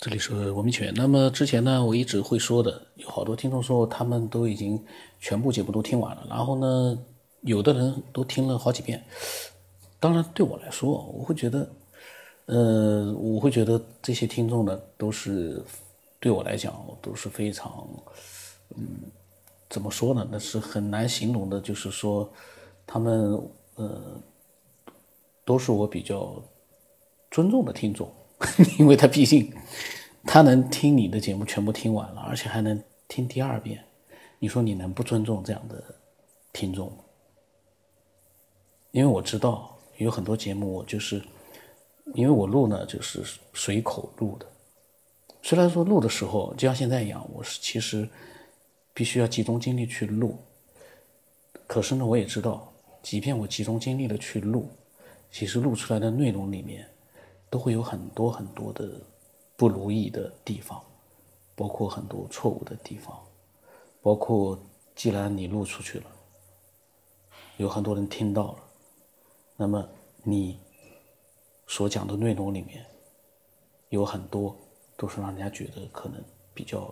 这里是文明犬。那么之前呢，我一直会说的，有好多听众说他们都已经全部节目都听完了，然后呢，有的人都听了好几遍。当然，对我来说，我会觉得这些听众呢，都是对我来讲都是非常，怎么说呢？那是很难形容的，就是说，他们都是我比较尊重的听众，因为他毕竟他能听你的节目全部听完了，而且还能听第二遍，你说你能不尊重这样的听众吗？因为我知道有很多节目我就是因为我录呢就是随口录的，虽然说录的时候就像现在一样，我是其实必须要集中精力去录，可是呢我也知道即便我集中精力的去录，其实录出来的内容里面都会有很多很多的不如意的地方，包括很多错误的地方，包括既然你录出去了，有很多人听到了，那么你所讲的内容里面有很多都是让人家觉得可能比较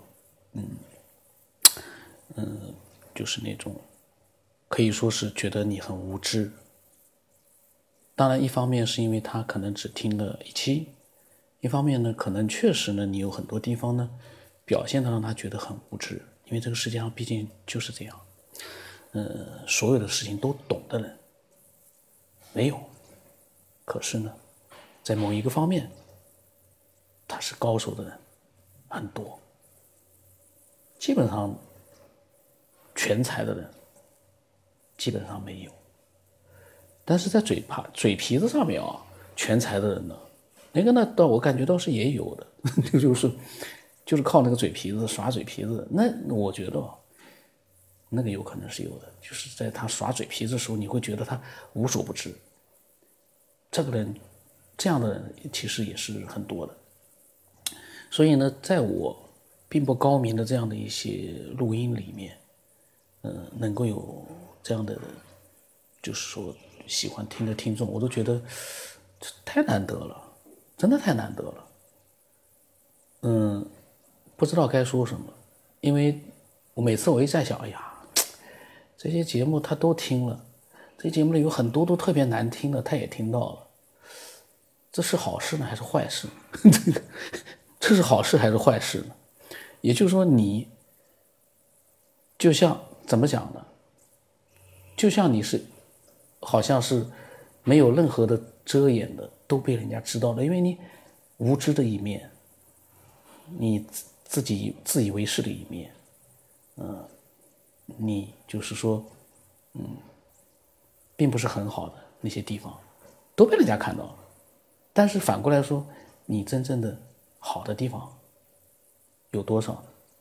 就是那种可以说是觉得你很无知。当然一方面是因为他可能只听了一期，一方面呢可能确实呢你有很多地方呢表现得让他觉得很无知，因为这个世界上毕竟就是这样，所有的事情都懂的人没有，可是呢在某一个方面他是高手的人很多，基本上全才的人基本上没有，但是在嘴皮子上面啊，全才的人呢，那个呢，我感觉倒是也有的，就是靠那个嘴皮子耍嘴皮子，那我觉得那个有可能是有的，就是在他耍嘴皮子的时候，你会觉得他无所不知。这个人这样的人其实也是很多的，所以呢，在我并不高明的这样的一些录音里面，能够有这样的，就是说喜欢听的听众，我都觉得太难得了，真的太难得了。不知道该说什么，因为我每次我一在想，哎呀，这些节目他都听了，这些节目里有很多都特别难听的，他也听到了，这是好事呢还是坏事呢？这是好事还是坏事呢？也就是说，你就像怎么讲呢？就像你是好像是没有任何的遮掩的，都被人家知道了，因为你无知的一面，你自己自以为是的一面，你就是说，并不是很好的那些地方，都被人家看到了。但是反过来说，你真正的好的地方有多少呢？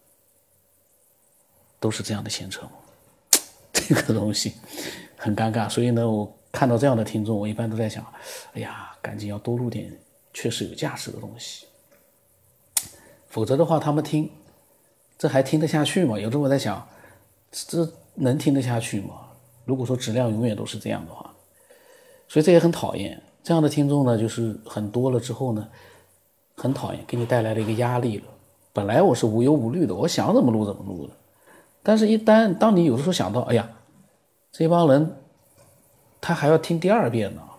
都是这样的闲扯吗？这个东西很尴尬，所以呢，我看到这样的听众，我一般都在想，哎呀，赶紧要多录点确实有价值的东西，否则的话，他们听，这还听得下去吗？有时候我在想，这能听得下去吗？如果说质量永远都是这样的话，所以这也很讨厌。这样的听众呢，就是很多了之后呢，很讨厌，给你带来了一个压力了。本来我是无忧无虑的，我想怎么录怎么录的，但是当你有的时候想到，哎呀，这帮人他还要听第二遍呢，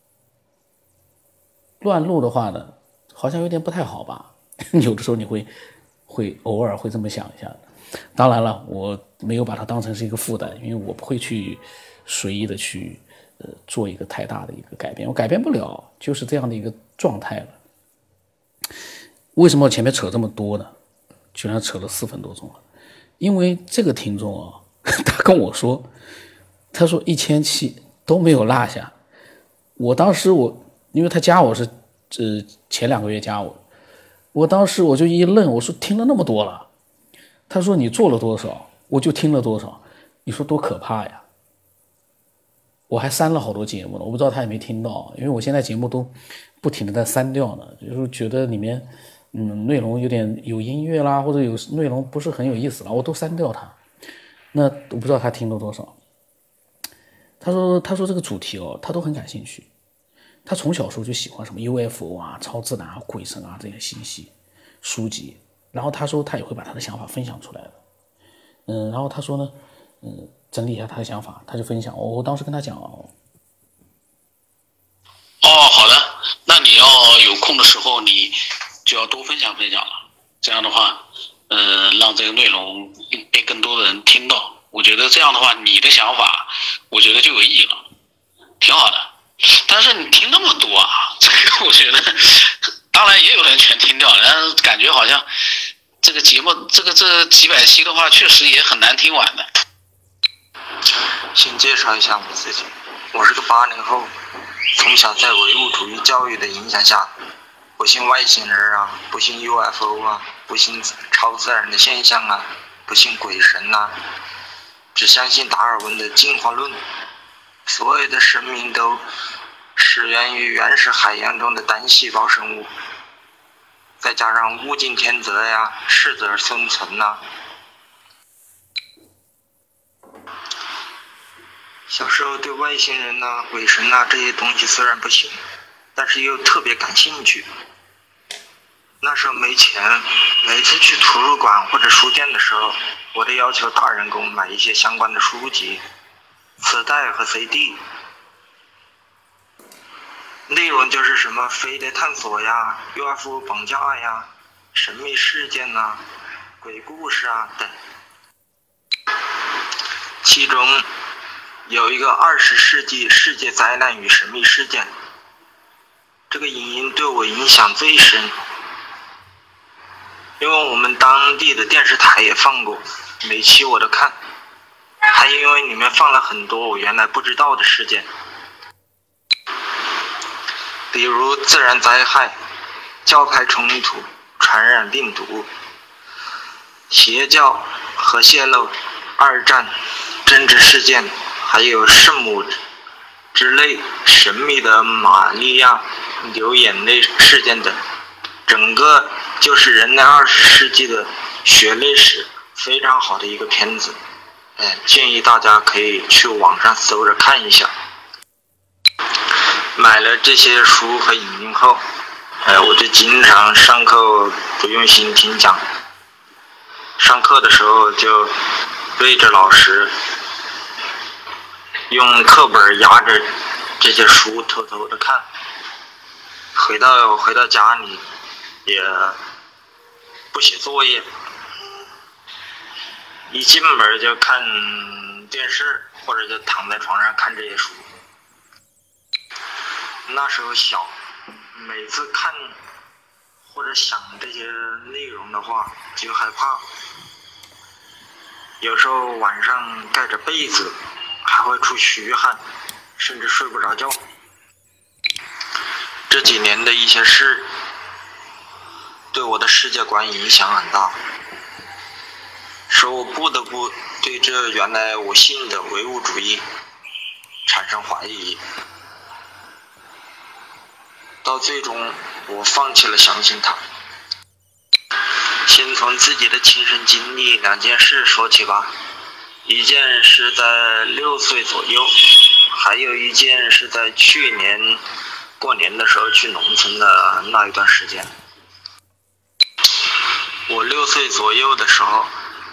乱录的话呢，好像有点不太好吧？有的时候你会偶尔会这么想一下的。当然了，我没有把它当成是一个负担，因为我不会去随意的去做一个太大的一个改变，我改变不了，就是这样的一个状态了。为什么我前面扯这么多呢？居然扯了4分多钟了，因为这个听众啊，他跟我说，他说1000期都没有落下。我当时因为他加我是前2个月加我当时我就一愣，我说听了那么多了，他说你做了多少，我就听了多少，你说多可怕呀！我还删了好多节目呢，我不知道他有没有听到，因为我现在节目都不停的在删掉呢，就是觉得里面内容有点有音乐啦，或者有内容不是很有意思了，我都删掉它。那我不知道他听了多少。他说这个主题他都很感兴趣，他从小时候就喜欢什么 UFO 啊、超自然啊、鬼神啊这些信息， 书籍，然后他说他也会把他的想法分享出来的。然后他说呢，整理一下他的想法，他就分享。我当时跟他讲哦，好的，那你要有空的时候，你就要多分享分享了。这样的话，让这个内容被更多的人听到。我觉得这样的话，你的想法，我觉得就有意义了，挺好的。但是你听那么多啊，这个我觉得，当然也有人全听掉了，但是感觉好像这个节目，这几百期的话，确实也很难听完的。 先介绍一下我自己，我是个80后，从小在唯物主义教育的影响下，不信外星人啊，不信 UFO 啊，不信超自然的现象啊，不信鬼神啊，只相信达尔文的进化论，所有的生命都始源于原始海洋中的单细胞生物，再加上物竞天择呀，适者生存呐。小时候对外星人呐、鬼神呐这些东西虽然不信，但是又特别感兴趣。那时候没钱，每次去图书馆或者书店的时候，我都要求大人给我买一些相关的书籍、磁带和 CD， 内容就是什么飞碟探索呀、UFO 绑架呀、神秘事件呐、鬼故事啊等。其中有一个20世纪世界灾难与神秘事件，这个影音对我影响最深，因为我们当地的电视台也放过，每期我都看，还因为里面放了很多我原来不知道的事件，比如自然灾害、教派冲突、传染病毒、邪教、核泄漏、二战、政治事件，还有圣母之类神秘的玛利亚流眼泪事件等，整个就是人类20世纪的血泪史，非常好的一个片子。建议大家可以去网上搜着看一下。买了这些书和影音后，我就经常上课不用心听讲，上课的时候就对着老师，用课本压着这些书偷偷的看，回到家里也不写作业，一进门就看电视或者就躺在床上看这些书。那时候小，每次看或者想这些内容的话就害怕，有时候晚上盖着被子还会出虚汗，甚至睡不着觉。这几年的一些事对我的世界观影响很大，使我不得不对这原来我信的唯物主义产生怀疑，到最终我放弃了相信它。先从自己的亲身经历2件事说起吧。一件是在6岁左右，还有一件是在去年过年的时候去农村的那一段时间。我6岁左右的时候，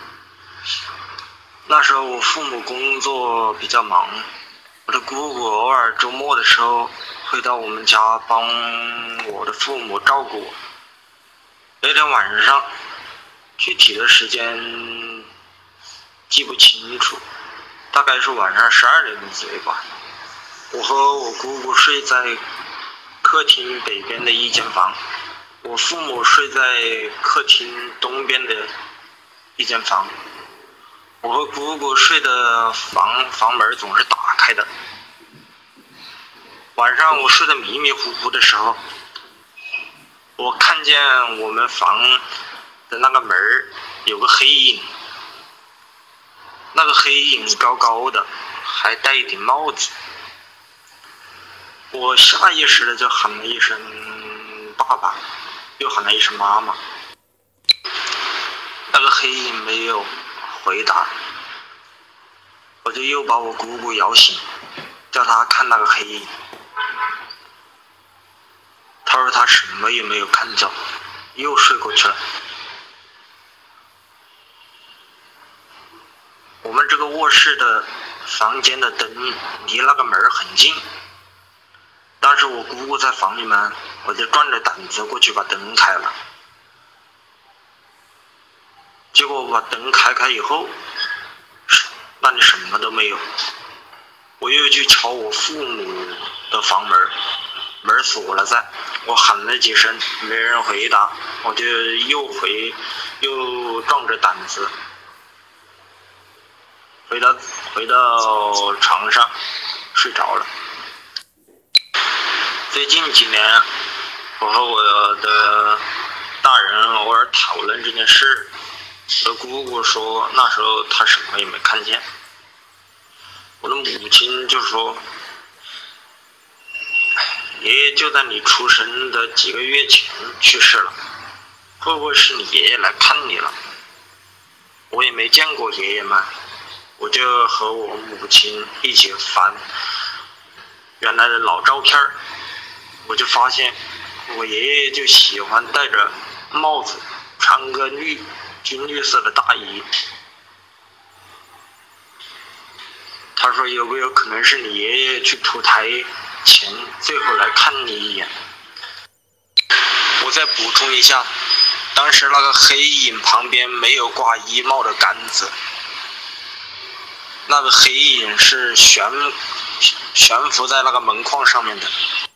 那时候我父母工作比较忙，我的姑姑偶尔周末的时候会到我们家帮我的父母照顾我。那天晚上具体的时间记不清楚，大概是晚上12点左右吧。我和我姑姑睡在客厅北边的一间房，我父母睡在客厅东边的一间房。我和姑姑睡的房门总是打开的。晚上我睡得迷迷糊糊的时候，我看见我们房的那个门有个黑影，那个黑影高高的，还戴一顶帽子。我下意识的就喊了一声爸爸，又喊了一声妈妈。那个黑影没有回答，我就又把我姑姑摇醒，叫她看那个黑影。她说她什么也没有看着， 又睡过去了。我们这个卧室的房间的灯离那个门很近，当时我姑姑在房里面，我就壮着胆子过去把灯开了。结果我把灯开以后，那里什么都没有。我又去敲我父母的房门，门锁了在，我喊了几声没人回答，我就又壮着胆子回到床上睡着了。最近几年我和我的大人偶尔讨论这件事，我的姑姑说那时候她什么也没看见。我的母亲就说，爷爷就在你出生的几个月前去世了，会不会是你爷爷来看你了？我也没见过爷爷们，我就和我母亲一起翻原来的老照片，我就发现我爷爷就喜欢戴着帽子，穿个军绿色的大衣。他说有没有可能是你爷爷去投胎前最后来看你一眼？我再补充一下，当时那个黑影旁边没有挂衣帽的杆子，那个黑影是悬浮在那个门框上面的。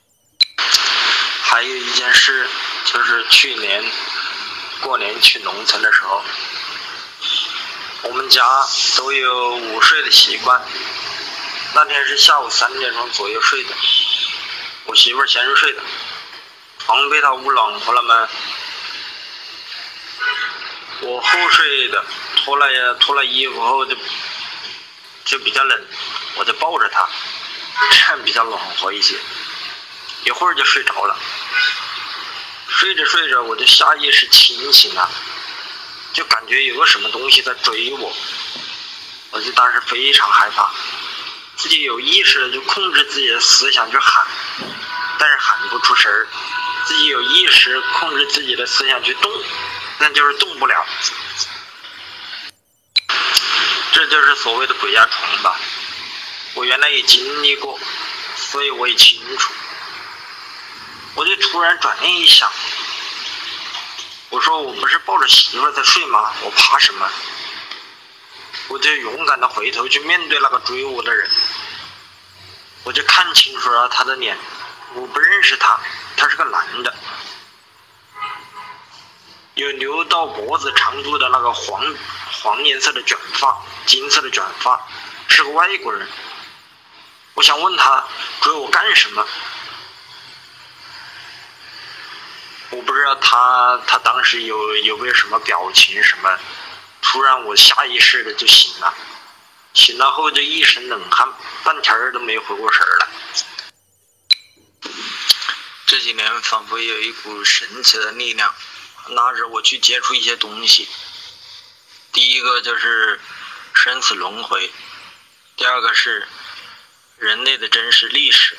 还有一件事，就是去年过年去农村的时候，我们家都有午睡的习惯。那天是下午3点钟左右睡的，我媳妇先睡的，床被她捂暖和了吗？我后睡的，脱了衣服后就比较冷，我就抱着她，这样比较暖和一些。一会儿就睡着了，睡着我就下意识清醒了，就感觉有个什么东西在追我，我就当时非常害怕，自己有意识的就控制自己的思想去喊，但是喊不出声儿，自己有意识控制自己的思想去动，那就是动不了。这就是所谓的鬼压床吧，我原来也经历过，所以我也清楚。我就突然转念一想，我说我不是抱着媳妇在睡吗？我怕什么？我就勇敢的回头去面对那个追我的人，我就看清楚了他的脸，我不认识他，他是个男的，有留到脖子长度的那个黄颜色的卷发，金色的卷发，是个外国人。我想问他追我干什么？我不知道他当时有没有什么表情什么，突然我下意识的就醒了，醒了后就一身冷汗，半天都没回过神来。这几年仿佛有一股神奇的力量拉着我去接触一些东西，第一个就是生死轮回，第二个是人类的真实历史。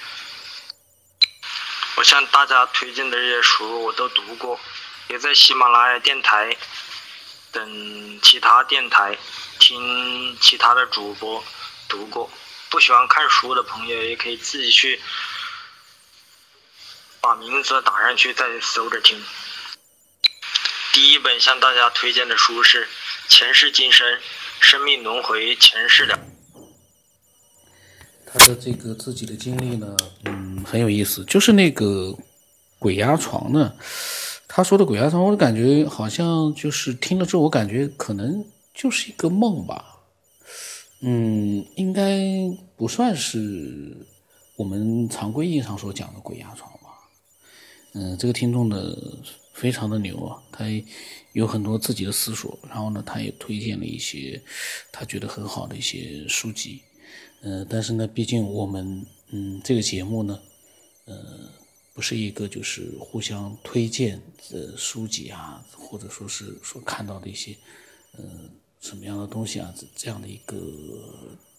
我向大家推荐的这些书我都读过，也在喜马拉雅电台等其他电台听其他的主播读过。不喜欢看书的朋友也可以自己去把名字打上去再搜着听。第一本向大家推荐的书是《前世今生，生命轮回前世了》。 他的这个自己的经历呢，很有意思。就是那个鬼压床呢，他说的鬼压床，我感觉好像就是听了之后，我感觉可能就是一个梦吧。应该不算是我们常规意义上所讲的鬼压床吧。这个听众的非常的牛啊，他有很多自己的思索，然后呢，他也推荐了一些他觉得很好的一些书籍。但是呢，毕竟我们这个节目呢，不是一个就是互相推荐的书籍啊，或者说是所看到的一些什么样的东西啊，这样的一个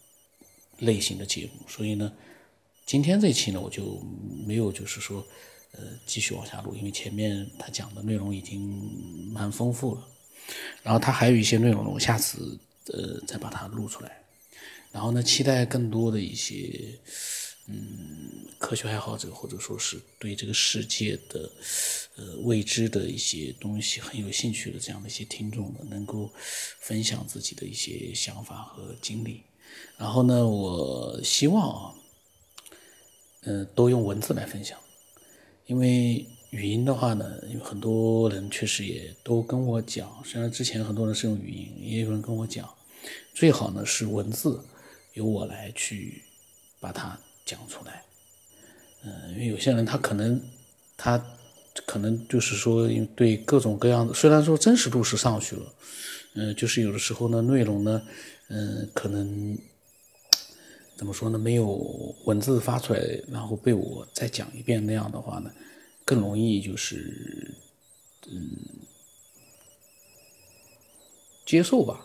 类型的节目。所以呢，今天这期呢，我就没有就是说继续往下录，因为前面他讲的内容已经蛮丰富了。然后他还有一些内容，我下次再把它录出来。然后呢，期待更多的一些科学爱好者，或者说是对这个世界的未知的一些东西很有兴趣的这样的一些听众呢，能够分享自己的一些想法和经历。然后呢，我希望都用文字来分享，因为语音的话呢，有很多人确实也都跟我讲，虽然之前很多人是用语音，也有人跟我讲，最好呢是文字由我来去把它讲出来。因为有些人他可能就是说，因为对各种各样的，虽然说真实度是上去了，就是有的时候呢，内容呢，可能怎么说呢，没有文字发出来，然后被我再讲一遍那样的话呢，更容易就是接受吧。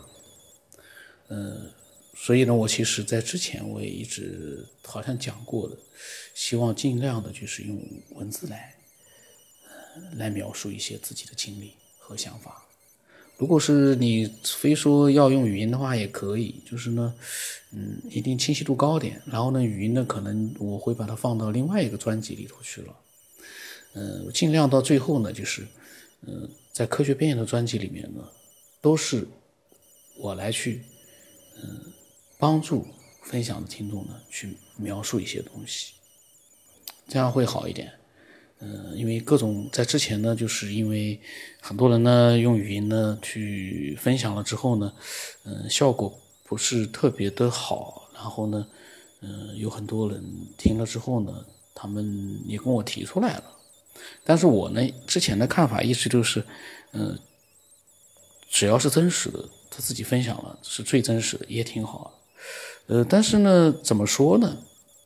所以呢，我其实在之前我也一直好像讲过的，希望尽量的就是用文字来描述一些自己的经历和想法。如果是你非说要用语音的话也可以，就是呢一定清晰度高点，然后呢语音呢可能我会把它放到另外一个专辑里头去了。我尽量到最后呢，就是在科学边缘的专辑里面呢，都是我来去帮助分享的听众呢去描述一些东西，这样会好一点。因为各种在之前呢，就是因为很多人呢用语音呢去分享了之后呢，效果不是特别的好，然后呢，有很多人听了之后呢，他们也跟我提出来了，但是我呢之前的看法一直都是，只要是真实的，他自己分享了是最真实的，也挺好的。但是呢，怎么说呢，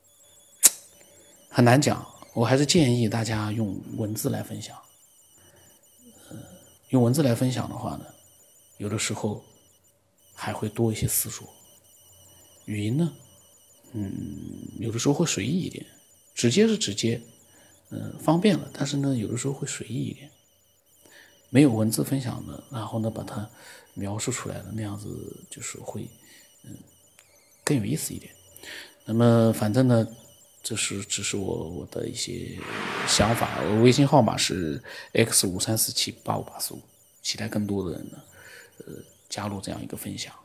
很难讲。我还是建议大家用文字来分享。用文字来分享的话呢，有的时候还会多一些思索。语音呢，有的时候会随意一点，直接是直接，方便了，但是呢，有的时候会随意一点。没有文字分享的，然后呢，把它描述出来的那样子，就是会，更有意思一点。那么，反正呢。这只是我的一些想法，我微信号码是 X53478585，期待更多的人呢，加入这样一个分享。